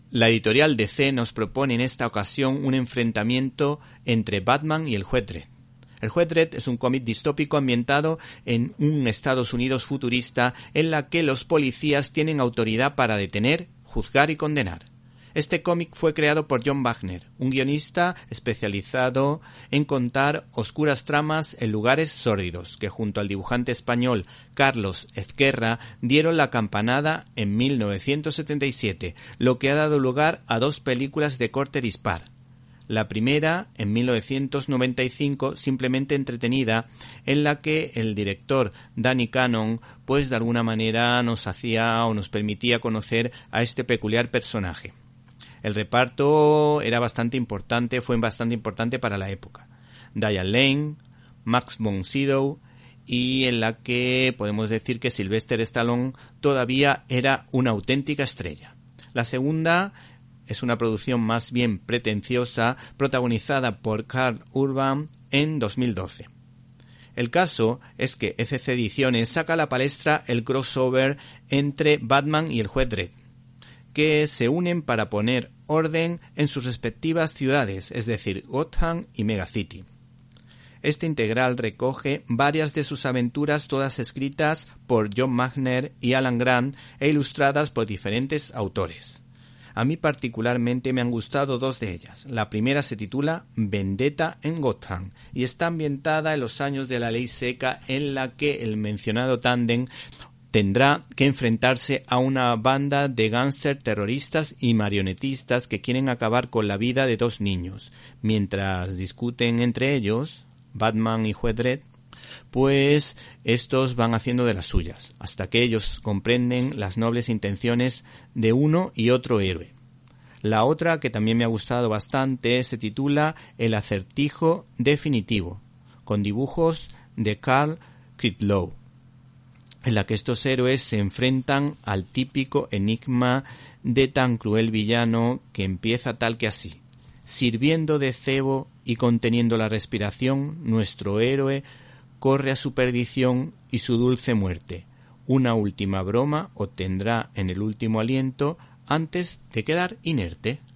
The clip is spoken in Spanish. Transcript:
La editorial DC nos propone en esta ocasión un enfrentamiento entre Batman y el Juez Dredd. El Juez Dredd es un cómic distópico ambientado en un Estados Unidos futurista en la que los policías tienen autoridad para detener, juzgar y condenar. Este cómic fue creado por John Wagner, un guionista especializado en contar oscuras tramas en lugares sórdidos, que junto al dibujante español Carlos Ezquerra dieron la campanada en 1977, lo que ha dado lugar a 2 películas de corte dispar. La primera, en 1995, simplemente entretenida, en la que el director Danny Cannon, pues de alguna manera nos hacía o nos permitía conocer a este peculiar personaje. El reparto era fue bastante importante para la época. Diane Lane, Max von Sydow, y en la que podemos decir que Sylvester Stallone todavía era una auténtica estrella. La segunda es una producción más bien pretenciosa, protagonizada por Karl Urban en 2012. El caso es que ECC Ediciones saca a la palestra el crossover entre Batman y el Juez Dredd, que se unen para poner orden en sus respectivas ciudades, es decir, Gotham y Megacity. Este integral recoge varias de sus aventuras, todas escritas por John Wagner y Alan Grant e ilustradas por diferentes autores. A mí particularmente me han gustado 2 de ellas. La primera se titula Vendetta en Gotham y está ambientada en los años de la ley seca, en la que el mencionado tándem tendrá que enfrentarse a una banda de gángsters terroristas y marionetistas que quieren acabar con la vida de 2 niños. Mientras discuten entre ellos, Batman y Juez Dredd, pues estos van haciendo de las suyas, hasta que ellos comprenden las nobles intenciones de uno y otro héroe. La otra, que también me ha gustado bastante, se titula El acertijo definitivo, con dibujos de Carl Critlow, en la que estos héroes se enfrentan al típico enigma de tan cruel villano que empieza tal que así. Sirviendo de cebo y conteniendo la respiración, nuestro héroe corre a su perdición y su dulce muerte. Una última broma obtendrá en el último aliento antes de quedar inerte.